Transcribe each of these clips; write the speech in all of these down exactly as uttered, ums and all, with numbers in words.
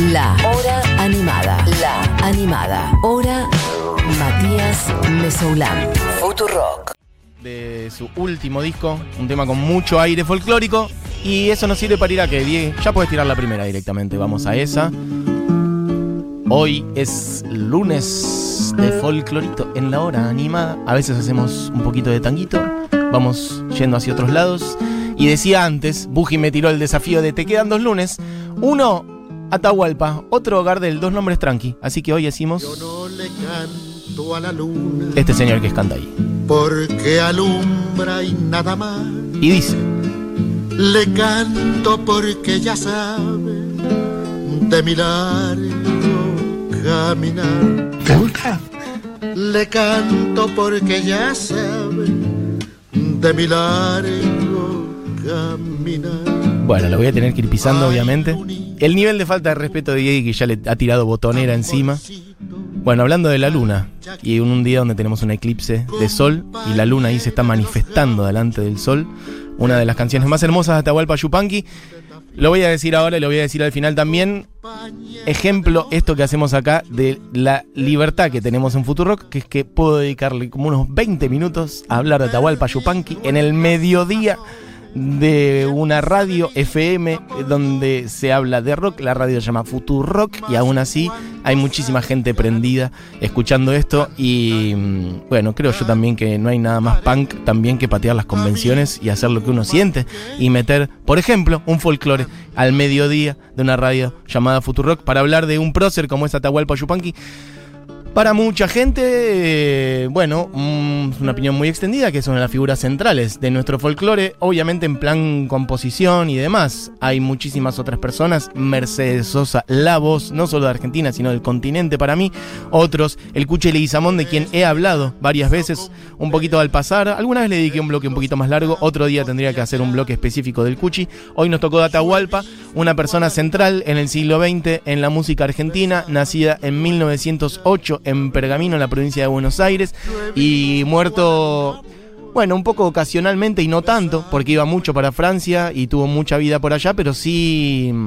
La Hora Animada. La Animada. Hora Matías Mesoulán. Futurock. De su último disco, un tema con mucho aire folclórico. Y eso nos sirve para ir a que, Diego, ya puedes tirar la primera directamente. Vamos a esa. Hoy es lunes de folclorito en La Hora Animada. A veces hacemos un poquito de tanguito, vamos yendo hacia otros lados. Y decía antes, Buji me tiró el desafío de te quedan dos lunes. Uno, Atahualpa, otro Gardel, dos nombres tranqui. Así que hoy decimos yo no le canto a la luna, este señor que es canta ahí, porque alumbra y nada más. Y dice: le canto porque ya sabe de mi largo caminar. ¿Te gusta? Le canto porque ya sabe de mi largo caminar. Bueno, lo voy a tener que ir pisando, obviamente. El nivel de falta de respeto de Diego, que ya le ha tirado botonera encima. Bueno, hablando de la luna, y en un día donde tenemos un eclipse de sol, y la luna ahí se está manifestando delante del sol, una de las canciones más hermosas de Atahualpa Yupanqui. Lo voy a decir ahora y lo voy a decir al final también. Ejemplo, esto que hacemos acá de la libertad que tenemos en Futurock, que es que puedo dedicarle como unos veinte minutos a hablar de Atahualpa Yupanqui en el mediodía de una radio F M donde se habla de rock. La radio se llama Futurock y aún así hay muchísima gente prendida escuchando esto. Y bueno, creo yo también que no hay nada más punk también que patear las convenciones y hacer lo que uno siente y meter, por ejemplo, un folclore al mediodía de una radio llamada Futurock para hablar de un prócer como es Atahualpa Yupanqui. Para mucha gente, eh, bueno, mm, una opinión muy extendida, que son las figuras centrales de nuestro folclore, obviamente en plan composición y demás. Hay muchísimas otras personas, Mercedes Sosa, la voz, no solo de Argentina, sino del continente para mí. Otros, el Cuchi Leguizamón, de quien he hablado varias veces, un poquito al pasar. Alguna vez le dediqué un bloque un poquito más largo, otro día tendría que hacer un bloque específico del Cuchi. Hoy nos tocó de Atahualpa, una persona central en el siglo veinte en la música argentina, nacida en mil novecientos ocho, en Pergamino, en la provincia de Buenos Aires, y muerto, bueno, un poco ocasionalmente y no tanto, porque iba mucho para Francia y tuvo mucha vida por allá, pero sí um,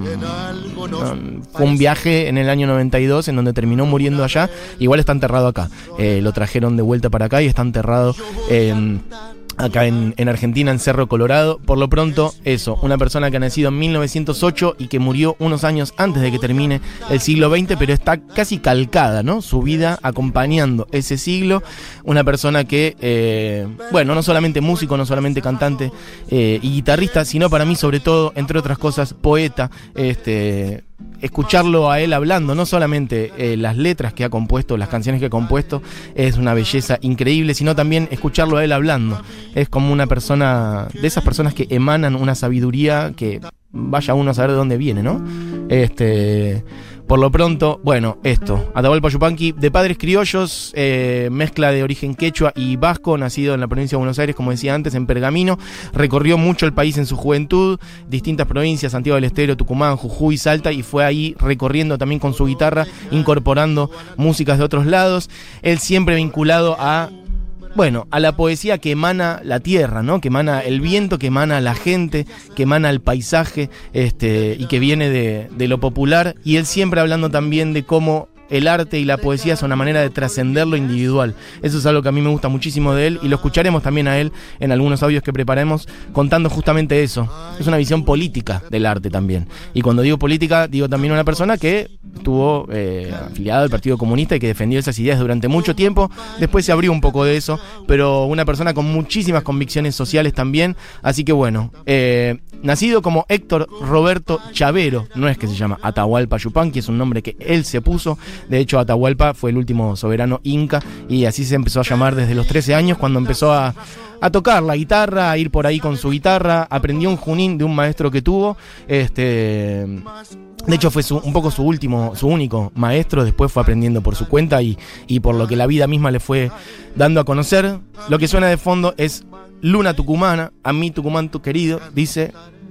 fue un viaje en el año noventa y dos en donde terminó muriendo allá. Igual está enterrado acá, eh, lo trajeron de vuelta para acá y está enterrado eh, acá en, en Argentina, en Cerro Colorado. Por lo pronto, eso, una persona que ha nacido en mil novecientos ocho y que murió unos años antes de que termine el siglo veinte, pero está casi calcada, ¿no? Su vida acompañando ese siglo. Una persona que, eh, bueno, no solamente músico, no solamente cantante eh, y guitarrista, sino para mí, sobre todo, entre otras cosas, poeta. Este... Escucharlo a él hablando, no solamente eh, las letras que ha compuesto, las canciones que ha compuesto, es una belleza increíble, sino también escucharlo a él hablando. Es como una persona, de esas personas que emanan una sabiduría que vaya uno a saber de dónde viene, ¿no? Este... Por lo pronto, bueno, esto, Atahualpa Yupanqui, de padres criollos, eh, mezcla de origen quechua y vasco, nacido en la provincia de Buenos Aires, como decía antes, en Pergamino. Recorrió mucho el país en su juventud, distintas provincias, Santiago del Estero, Tucumán, Jujuy, Salta, y fue ahí recorriendo también con su guitarra, incorporando músicas de otros lados. Él siempre vinculado a... Bueno, a la poesía que emana la tierra, ¿no? Que emana el viento, que emana la gente, que emana el paisaje, este, y que viene de, de lo popular. Y él siempre hablando también de cómo el arte y la poesía son una manera de trascender lo individual. Eso es algo que a mí me gusta muchísimo de él, y lo escucharemos también a él en algunos audios que preparemos, contando justamente eso. Es una visión política del arte también. Y cuando digo política, digo también una persona que estuvo eh, afiliada al Partido Comunista y que defendió esas ideas durante mucho tiempo. Después se abrió un poco de eso, pero una persona con muchísimas convicciones sociales también. Así que bueno, eh, nacido como Héctor Roberto Chavero, no es que se llama Atahualpa Yupanqui, es un nombre que él se puso. De hecho, Atahualpa fue el último soberano inca y así se empezó a llamar desde los trece años, cuando empezó a, a tocar la guitarra, a ir por ahí con su guitarra. Aprendió un junín de un maestro que tuvo. Este... De hecho fue su, un poco su último, su único maestro. Después fue aprendiendo por su cuenta y, y por lo que la vida misma le fue dando a conocer. Lo que suena de fondo es Luna Tucumana, a mí Tucumán tu querido, dice...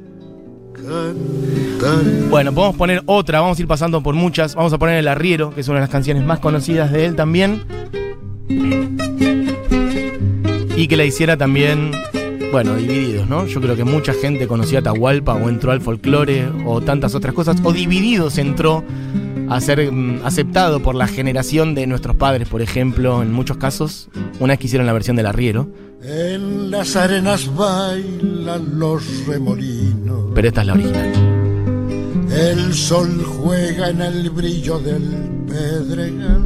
Bueno, podemos poner otra, vamos a ir pasando por muchas. Vamos a poner El Arriero, que es una de las canciones más conocidas de él también, y que la hiciera también bueno, divididos, ¿no? Yo creo que mucha gente conocía a Atahualpa o entró al folclore o tantas otras cosas, o Divididos entró a ser mm, aceptado por la generación de nuestros padres, por ejemplo, en muchos casos, una vez que hicieron la versión del Arriero. En las arenas bailan los remolinos, Pero esta es la original. el sol juega en el brillo del pedregal,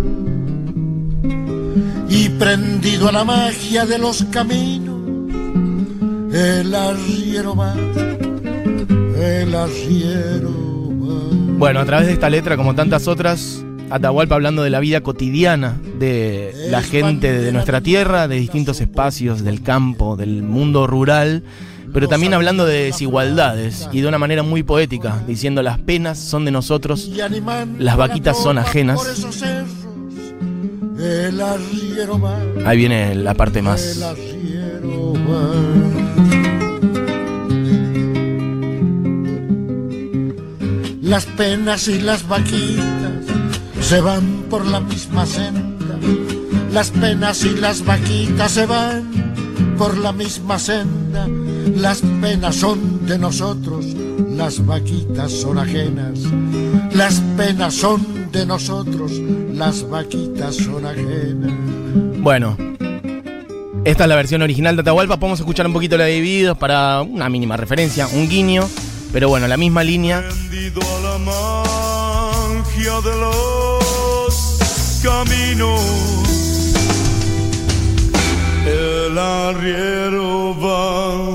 y prendido a la magia de los caminos, el arriero va, el arriero va. Bueno, a través de esta letra, como tantas otras, Atahualpa hablando de la vida cotidiana de la gente de nuestra tierra, de distintos espacios del campo, del mundo rural, pero también hablando de desigualdades y de una manera muy poética, diciendo las penas son de nosotros, las vaquitas son ajenas. El arriero va, Ahí viene la parte más. el arriero va. Las penas y las vaquitas se van por la misma senda. Las penas y las vaquitas se van por la misma senda. Las penas son de nosotros, las vaquitas son ajenas. Las penas son de nosotros, las vaquitas son ajenas. Bueno, esta es la versión original de Atahualpa. Podemos escuchar un poquito la de Divididos para una mínima referencia, un guiño. Pero bueno, la misma línea. Prendido a la magia de los caminos, el arriero va,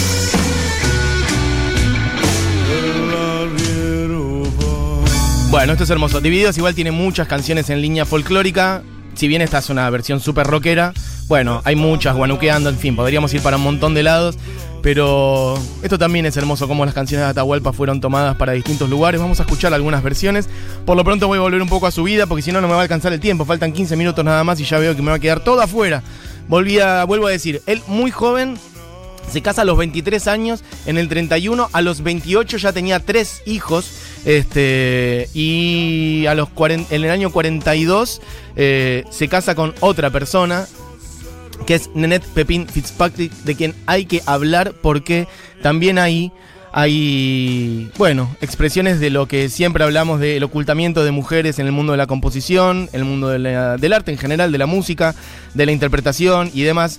el arriero va. Bueno, esto es hermoso. Divididos igual tiene muchas canciones en línea folclórica. Si bien esta es una versión súper rockera, bueno, hay muchas, guanuqueando, en fin, podríamos ir para un montón de lados. Pero esto también es hermoso, cómo las canciones de Atahualpa fueron tomadas para distintos lugares. Vamos a escuchar algunas versiones. Por lo pronto voy a volver un poco a su vida, porque si no, no me va a alcanzar el tiempo. Faltan quince minutos nada más y ya veo que me va a quedar todo afuera. Volví a, vuelvo a decir, él muy joven, se casa a los veintitrés años, en el treinta y uno, a los veintiocho ya tenía tres hijos. Este, y a los cuarenta, en el año cuarenta y dos eh, se casa con otra persona, que es Nenette Pepín Fitzpatrick, de quien hay que hablar porque también ahí hay, bueno, expresiones de lo que siempre hablamos del ocultamiento de mujeres en el mundo de la composición, el mundo de la, del arte en general, de la música, de la interpretación y demás.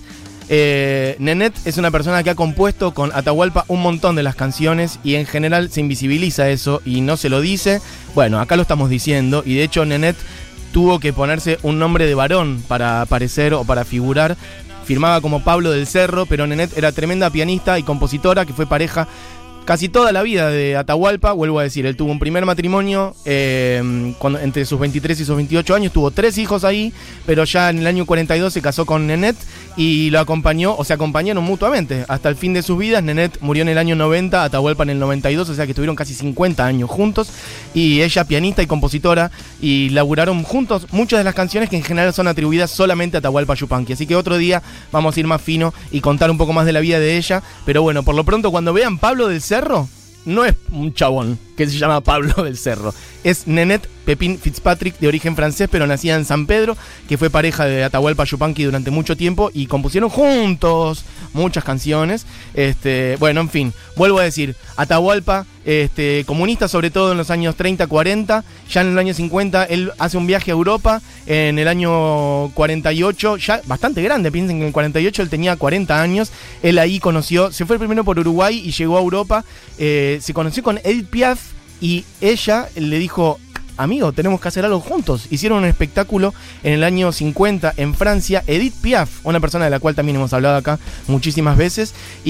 Eh, Nenette es una persona que ha compuesto con Atahualpa un montón de las canciones y en general se invisibiliza eso y no se lo dice. Bueno, acá lo estamos diciendo y de hecho Nenette tuvo que ponerse un nombre de varón para aparecer o para figurar. Firmaba como Pablo del Cerro, pero Nenette era tremenda pianista y compositora que fue pareja casi toda la vida de Atahualpa. Vuelvo a decir, él tuvo un primer matrimonio eh, cuando, entre sus veintitrés y sus veintiocho años, tuvo tres hijos ahí, pero ya en el año cuarenta y dos se casó con Nenette y lo acompañó, o se acompañaron mutuamente hasta el fin de sus vidas. Nenette murió en el año noventa, Atahualpa en el noventa y dos, o sea que estuvieron casi cincuenta años juntos, y ella pianista y compositora, y laburaron juntos muchas de las canciones que en general son atribuidas solamente a Atahualpa Yupanqui. Así que otro día vamos a ir más fino y contar un poco más de la vida de ella, pero bueno, por lo pronto cuando vean Pablo del Cerro, no es un chabón que se llama Pablo del Cerro, es Nenette Pepín Fitzpatrick, de origen francés, pero nacida en San Pedro, que fue pareja de Atahualpa Yupanqui durante mucho tiempo y compusieron juntos muchas canciones. Este, bueno, en fin, vuelvo a decir, Atahualpa, este, comunista sobre todo en los años treinta, cuarenta, ya en el año cincuenta él hace un viaje a Europa, en el año cuarenta y ocho, ya bastante grande, piensen que en el cuarenta y ocho él tenía cuarenta años, él ahí conoció, se fue primero por Uruguay y llegó a Europa, eh, se conoció con Edith Piaf y ella le dijo: amigo, tenemos que hacer algo juntos. Hicieron un espectáculo en el año cincuenta en Francia. Edith Piaf, una persona de la cual también hemos hablado acá muchísimas veces,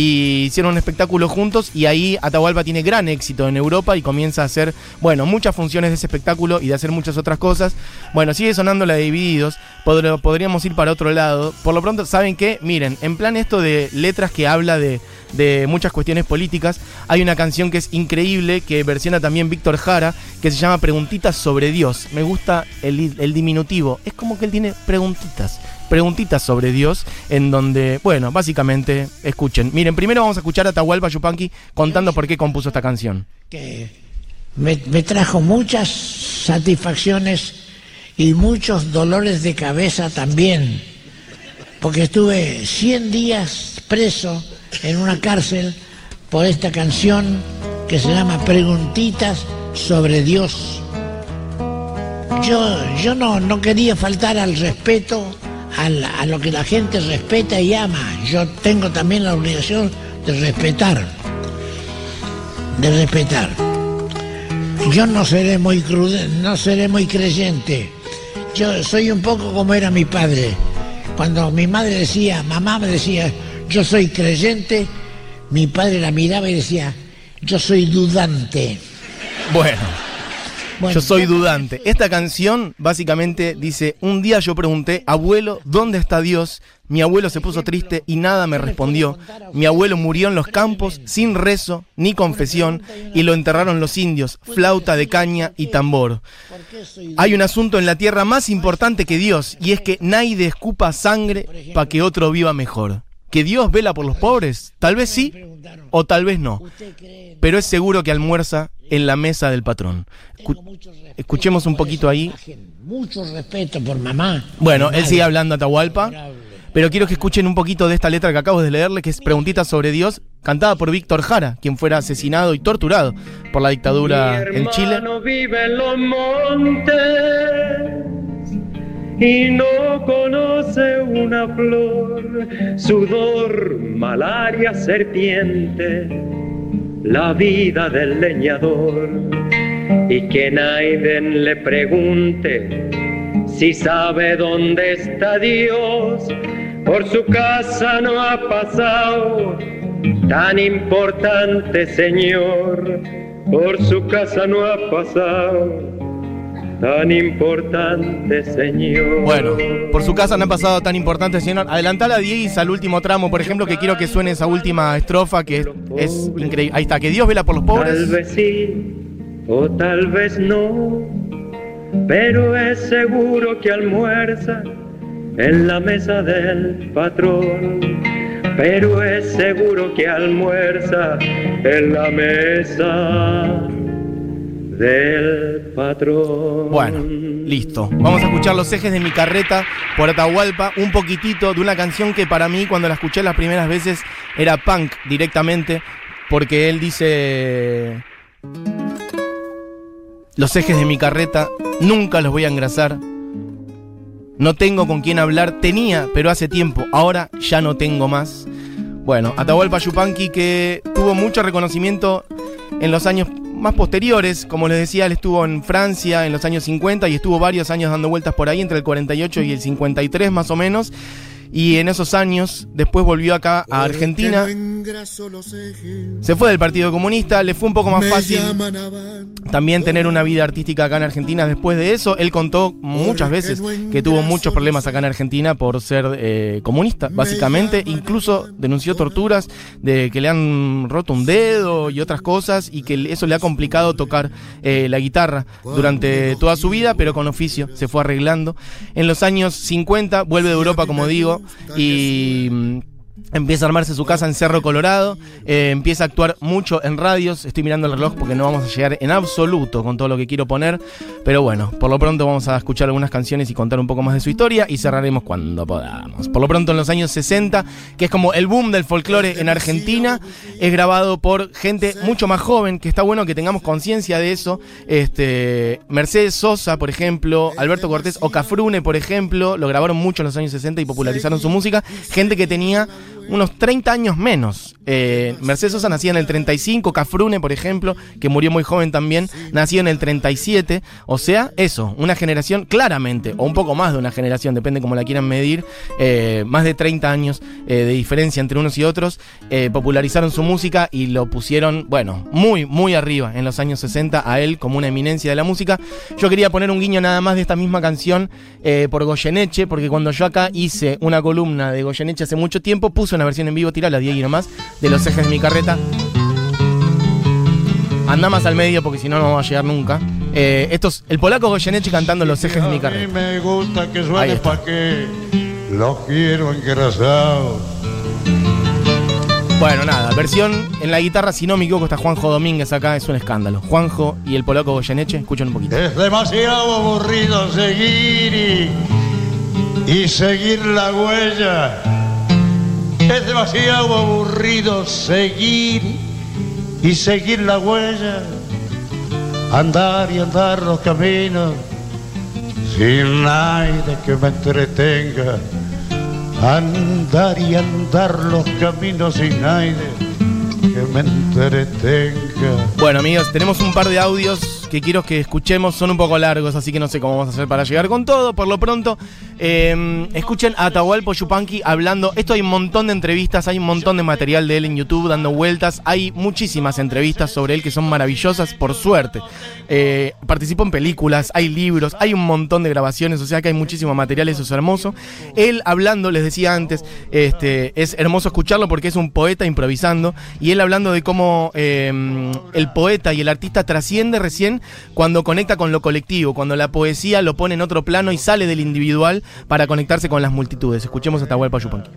y hicieron un espectáculo juntos y ahí Atahualpa tiene gran éxito en Europa y comienza a hacer, bueno, muchas funciones de ese espectáculo y de hacer muchas otras cosas. Bueno, sigue sonando la de Divididos, Pod- podríamos ir para otro lado. Por lo pronto, ¿saben qué? Miren, en plan esto de letras que habla de, de muchas cuestiones políticas, hay una canción que es increíble, que versiona también Víctor Jara, que se llama Preguntitas sobre Dios. Me gusta el, el diminutivo, es como que él tiene preguntitas, preguntitas sobre Dios, en donde, bueno, básicamente, escuchen. Miren, primero vamos a escuchar a Atahualpa Yupanqui contando por qué compuso esta canción. Que me, me trajo muchas satisfacciones y muchos dolores de cabeza también, porque estuve cien días preso en una cárcel por esta canción que se llama Preguntitas sobre Dios. Yo, yo no, no quería faltar al respeto, al, a lo que la gente respeta y ama. Yo tengo también la obligación de respetar, de respetar. Yo no seré muy crude, no seré muy creyente. Yo soy un poco como era mi padre. Cuando mi madre decía, mamá me decía, yo soy creyente, mi padre la miraba y decía, yo soy dudante. Bueno, Bueno, yo soy dudante. Esta canción básicamente dice, un día yo pregunté, abuelo, ¿dónde está Dios? Mi abuelo se puso triste y nada me respondió. Mi abuelo murió en los campos sin rezo ni confesión y lo enterraron los indios, flauta de caña y tambor. Hay un asunto en la tierra más importante que Dios y es que nadie escupa sangre para que otro viva mejor. ¿Que Dios vela por los pobres? Tal vez sí o tal vez no, pero es seguro que almuerza en la mesa del patrón. Escu- escuchemos un poquito ahí. Mucho respeto por mamá. Bueno, él sigue hablando Atahualpa, pero quiero que escuchen un poquito de esta letra que acabo de leerle, que es Preguntitas sobre Dios, cantada por Víctor Jara, quien fuera asesinado y torturado por la dictadura en Chile. Mi hermano vive en los montes y no conoce una flor, sudor, malaria, serpiente, la vida del leñador, y que nadie le pregunte si sabe dónde está Dios, por su casa no ha pasado tan importante señor, por su casa no ha pasado tan importante señor. Bueno, por su casa no ha pasado tan importante señor. Adelantala a Dieguis al último tramo, por ejemplo, que quiero que suene esa última estrofa que es, es increíble. Ahí está, que Dios vela por los pobres. Tal vez sí o tal vez no, pero es seguro que almuerza en la mesa del patrón. Pero es seguro que almuerza en la mesa del patrón. Bueno, listo. Vamos a escuchar Los ejes de mi carreta por Atahualpa, un poquitito de una canción que para mí cuando la escuché las primeras veces era punk directamente, porque él dice: los ejes de mi carreta nunca los voy a engrasar. No tengo con quién hablar, tenía, pero hace tiempo, ahora ya no tengo más. Bueno, Atahualpa Yupanqui, que tuvo mucho reconocimiento en los años más posteriores. Como les decía, él estuvo en Francia en los años cincuenta y estuvo varios años dando vueltas por ahí, entre el cuarenta y ocho y el cincuenta y tres más o menos. Y en esos años, después volvió acá a Argentina. Se fue del Partido Comunista, le fue un poco más fácil también tener una vida artística acá en Argentina después de eso. Él contó muchas veces que tuvo muchos problemas acá en Argentina por ser eh, comunista, básicamente. Incluso denunció torturas, de que le han roto un dedo y otras cosas, y que eso le ha complicado tocar eh, la guitarra durante toda su vida, pero con oficio se fue arreglando. En los años cincuenta vuelve de Europa, como digo, y mm, empieza a armarse su casa en Cerro Colorado, eh, empieza a actuar mucho en radios. Estoy mirando el reloj porque no vamos a llegar en absoluto con todo lo que quiero poner, pero bueno, por lo pronto vamos a escuchar algunas canciones y contar un poco más de su historia, y cerraremos cuando podamos. Por lo pronto, en los años sesenta, que es como el boom del folclore en Argentina, es grabado por gente mucho más joven, que está bueno que tengamos conciencia de eso. este, Mercedes Sosa, por ejemplo, Alberto Cortés o Cafrune, por ejemplo, lo grabaron mucho en los años sesenta y popularizaron su música. Gente que tenía unos treinta años menos. eh, Mercedes Sosa nacía en el treinta y cinco, Cafrune, por ejemplo, que murió muy joven también, nació en el treinta y siete. O sea, eso, una generación claramente, o un poco más de una generación, depende cómo la quieran medir, eh, más de treinta años eh, de diferencia entre unos y otros. eh, popularizaron su música y lo pusieron, bueno, muy, muy arriba en los años sesenta a él como una eminencia de la música. Yo quería poner un guiño nada más de esta misma canción eh, por Goyeneche, porque cuando yo acá hice una columna de Goyeneche hace mucho tiempo, puse una versión en vivo, tirala, Diego, nomás, de Los ejes de mi carreta. Anda más al medio porque si no, no vamos a llegar nunca. Eh, esto es el polaco Goyeneche cantando Los ejes de mi carreta. A mí me gusta que suene pa' que los quiero engrasados. Bueno, nada, versión en la guitarra, si no me equivoco, está Juanjo Domínguez acá, es un escándalo. Juanjo y el polaco Goyeneche, escuchen un poquito. Es demasiado aburrido seguir y, y seguir la huella Es demasiado aburrido seguir y seguir la huella, andar y andar los caminos sin nadie que me entretenga, andar y andar los caminos sin nadie que me entretenga. Bueno, amigos, tenemos un par de audios que quiero que escuchemos. Son un poco largos, así que no sé cómo vamos a hacer para llegar con todo. Por lo pronto, eh, escuchen a Atahualpa Yupanqui hablando. Esto hay un montón de entrevistas, hay un montón de material de él en YouTube dando vueltas. Hay muchísimas entrevistas sobre él que son maravillosas, por suerte. Eh, participó en películas, hay libros, hay un montón de grabaciones, o sea que hay muchísimo material, eso es hermoso. Él hablando, les decía antes, este, es hermoso escucharlo porque es un poeta improvisando, y él hablando de cómo eh, el poeta y el artista trasciende recién cuando conecta con lo colectivo, cuando la poesía lo pone en otro plano y sale del individual para conectarse con las multitudes. Escuchemos a Atahualpa Yupanqui.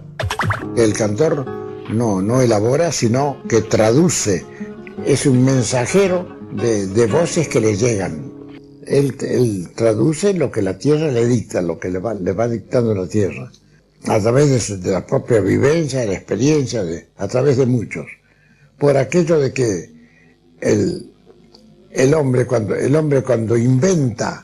El cantor no, no elabora, sino que traduce, es un mensajero de, de voces que le llegan. Él, él traduce lo que la tierra le dicta, lo que le va, le va dictando la tierra, a través de, su, de la propia vivencia, de la experiencia, de, a través de muchos. Por aquello de que el, el, hombre, cuando, el hombre cuando inventa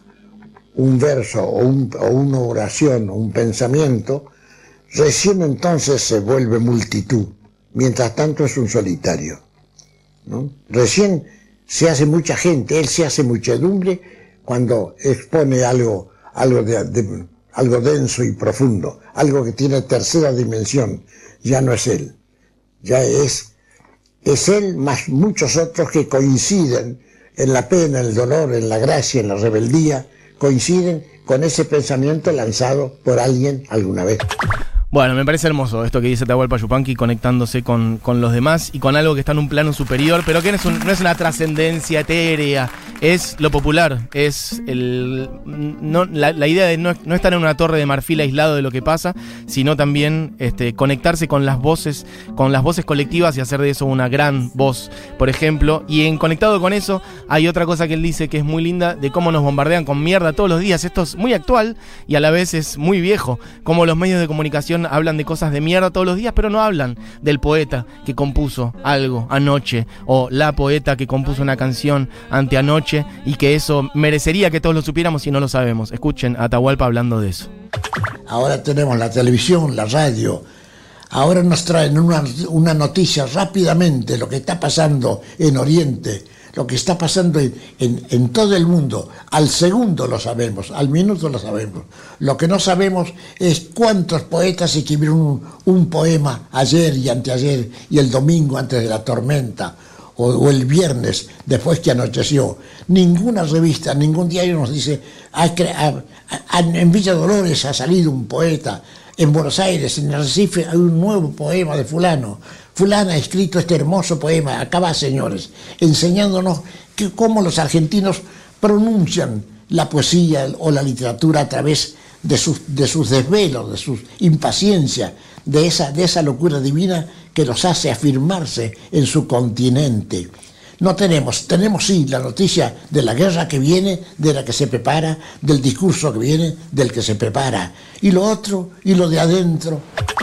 un verso o, un, o una oración o un pensamiento, recién entonces se vuelve multitud, mientras tanto es un solitario, ¿no? Recién se hace mucha gente, él se hace muchedumbre cuando expone algo, algo, de, de, algo denso y profundo, algo que tiene tercera dimensión. Ya no es él, ya es, es él más muchos otros que coinciden en la pena, en el dolor, en la gracia, en la rebeldía, coinciden con ese pensamiento lanzado por alguien alguna vez. Bueno, me parece hermoso esto que dice Atahualpa Yupanqui, conectándose con, con los demás y con algo que está en un plano superior, pero que no es, un, no es una trascendencia etérea, es lo popular, es el no, la, la idea de no, no estar en una torre de marfil aislado de lo que pasa, sino también este, conectarse con las voces, con las voces colectivas y hacer de eso una gran voz, por ejemplo. Y en conectado con eso hay otra cosa que él dice que es muy linda, de cómo nos bombardean con mierda todos los días. Esto es muy actual y a la vez es muy viejo, como los medios de comunicación hablan de cosas de mierda todos los días, pero no hablan del poeta que compuso algo anoche, o la poeta que compuso una canción anteanoche, y que eso merecería que todos lo supiéramos y no lo sabemos. Escuchen a Atahualpa hablando de eso. Ahora tenemos la televisión, la radio. Ahora nos traen una, una noticia rápidamente, lo que está pasando en Oriente, lo que está pasando en, en, en todo el mundo. Al segundo lo sabemos, al minuto lo sabemos. Lo que no sabemos es cuántos poetas escribieron un, un poema ayer y anteayer y el domingo antes de la tormenta, o, o el viernes después que anocheció. Ninguna revista, ningún diario nos dice, ha, ha, ha, en Villa Dolores ha salido un poeta, en Buenos Aires, en Recife hay un nuevo poema de fulano. Fulana ha escrito este hermoso poema. Acá va, señores, enseñándonos que cómo los argentinos pronuncian la poesía o la literatura a través de sus, de sus desvelos, de su impaciencia, de esa, de esa locura divina que los hace afirmarse en su continente. No tenemos, tenemos sí la noticia de la guerra que viene, de la que se prepara, del discurso que viene, del que se prepara. Y lo otro, y lo de adentro.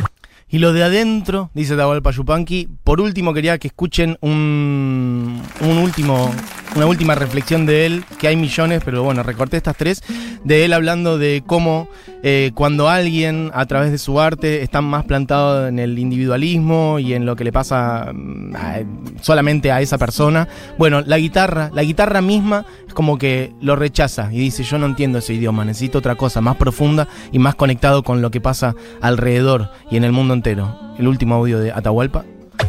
Y lo de adentro, dice Atahualpa Yupanqui. Por último, quería que escuchen un, un último, una última reflexión de él, que hay millones, pero bueno, recorté estas tres, de él hablando de cómo eh, cuando alguien, a través de su arte, está más plantado en el individualismo y en lo que le pasa a, solamente a esa persona, bueno, la guitarra, la guitarra misma es como que lo rechaza y dice, yo no entiendo ese idioma, necesito otra cosa más profunda y más conectado con lo que pasa alrededor y en el mundo entero. El último audio de Atahualpa.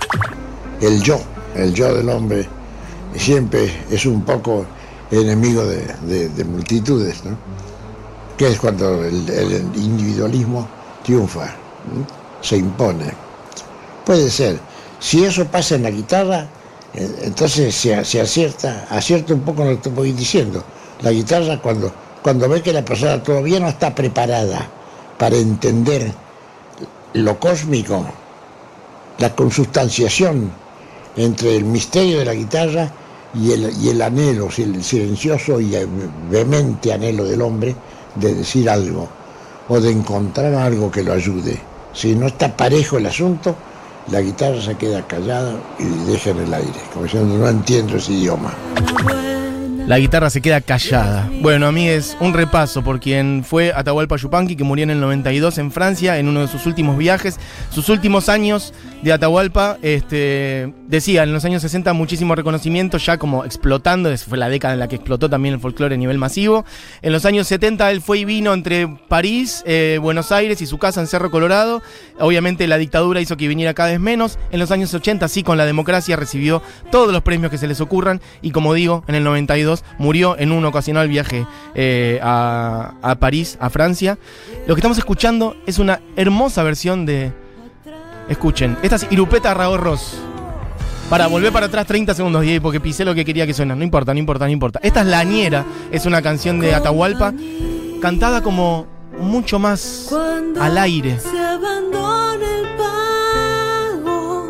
El yo, el yo del hombre siempre es un poco enemigo de, de, de multitudes, ¿no? Que es cuando el, el individualismo triunfa, ¿no? Se impone. Puede ser. Si eso pasa en la guitarra, entonces se, se acierta, acierta un poco lo que estoy diciendo. La guitarra cuando, cuando ve que la persona todavía no está preparada para entender lo cósmico, la consubstanciación entre el misterio de la guitarra y el, y el anhelo, el silencioso y vehemente anhelo del hombre de decir algo o de encontrar algo que lo ayude. Si no está parejo el asunto, la guitarra se queda callada y deja en el aire, como diciendo, no entiendo ese idioma. La guitarra se queda callada. Bueno, a mí es un repaso por quien fue Atahualpa Yupanqui, que murió en el noventa y dos en Francia, en uno de sus últimos viajes. Sus últimos años de Atahualpa, este, decía, en los años sesenta muchísimo reconocimiento, ya como explotando, esa fue la década en la que explotó también el folclore a nivel masivo. En los años setenta él fue y vino entre París, eh, Buenos Aires y su casa en Cerro Colorado. Obviamente la dictadura hizo que viniera cada vez menos. En los años ochenta, sí, con la democracia recibió todos los premios que se les ocurran. Y como digo, en el noventa y dos murió en un ocasional viaje eh, a, a París, a Francia. Lo que estamos escuchando es una hermosa versión de... Escuchen, esta es Irupeta Ragorros. Para, volver para atrás treinta segundos, Diego, porque pisé lo que quería que suene. No importa, no importa, no importa. Esta es La Ñera, es una canción de Atahualpa, cantada como mucho más al aire. Se abandona el pago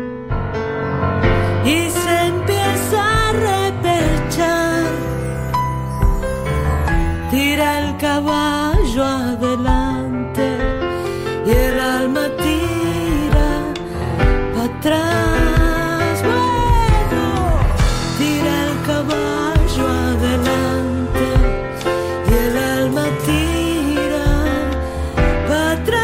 y se empieza a repechar. Tira el caballo adelante y el alma tira para atrás. Bueno, tira el caballo adelante y el alma tira para atrás.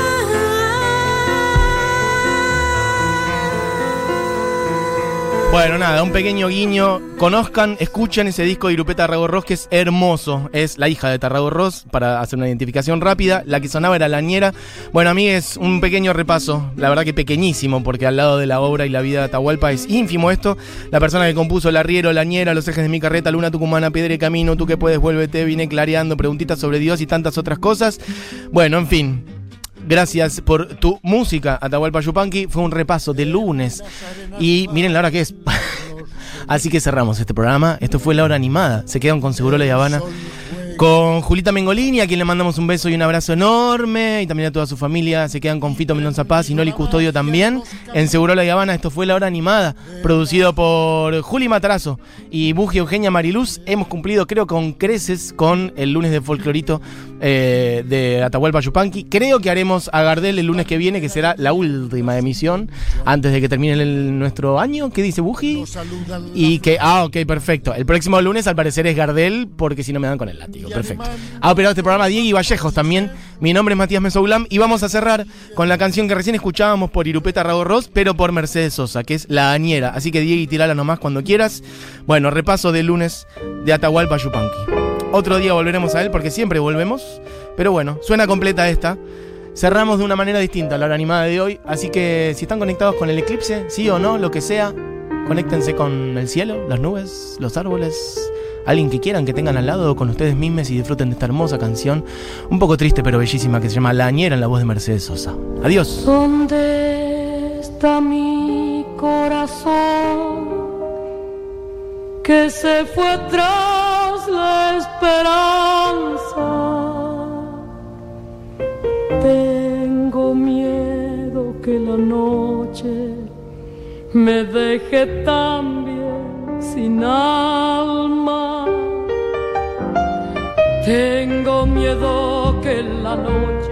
Bueno, nada, un pequeño guiño. Conozcan, escuchen ese disco de Irupeta Ragorros, que es hermoso. Es la hija de Tarragorros, para hacer una identificación rápida. La que sonaba era La Ñera. Bueno, a mí es un pequeño repaso, la verdad que pequeñísimo, porque al lado de la obra y la vida de Atahualpa es ínfimo esto. La persona que compuso El Arriero, La Ñera, Los Ejes de mi Carreta, Luna Tucumana, Piedra y Camino, Tú que puedes, vuélvete, Vine clareando, Preguntitas sobre Dios y tantas otras cosas. Bueno, en fin. Gracias por tu música, Atahualpa Yupanqui. Fue un repaso de lunes. Y miren la hora que es. Así que cerramos este programa. Esto fue La Hora Animada. Se quedan con Segurola y Habana, con Julita Mengolini, a quien le mandamos un beso y un abrazo enorme. Y también a toda su familia. Se quedan con Fito Mendoza Paz y Noli Custodio también. En Segurola y Habana, esto fue La Hora Animada, producido por Juli Matarazo y Buji Eugenia Mariluz. Hemos cumplido, creo, con creces con el lunes de folclorito eh, de Atahualpa Yupanqui. Creo que haremos a Gardel el lunes que viene, que será la última emisión antes de que termine el, nuestro año. ¿Qué dice Buji? Y que, ah, ok, perfecto. El próximo lunes al parecer es Gardel, porque si no me dan con el látigo. Perfecto. Ha operado este programa Diego Vallejos también. Mi nombre es Matías Mesoulam y vamos a cerrar con la canción que recién escuchábamos por Irupeta Ragorros, pero por Mercedes Sosa, que es La Añera. Así que Diego, tirala nomás cuando quieras. Bueno, repaso del lunes de Atahualpa Yupanqui. Otro día volveremos a él porque siempre volvemos. Pero bueno, suena completa esta. Cerramos de una manera distinta la hora animada de hoy. Así que si están conectados con el eclipse, sí o no, lo que sea, conéctense con el cielo, las nubes, los árboles, alguien que quieran que tengan al lado, con ustedes mismos, y disfruten de esta hermosa canción, un poco triste pero bellísima, que se llama La Añera, en la voz de Mercedes Sosa. Adiós. ¿Dónde está mi corazón que se fue tras la esperanza? Tengo miedo que la noche me deje también sin alma. Tengo miedo que la noche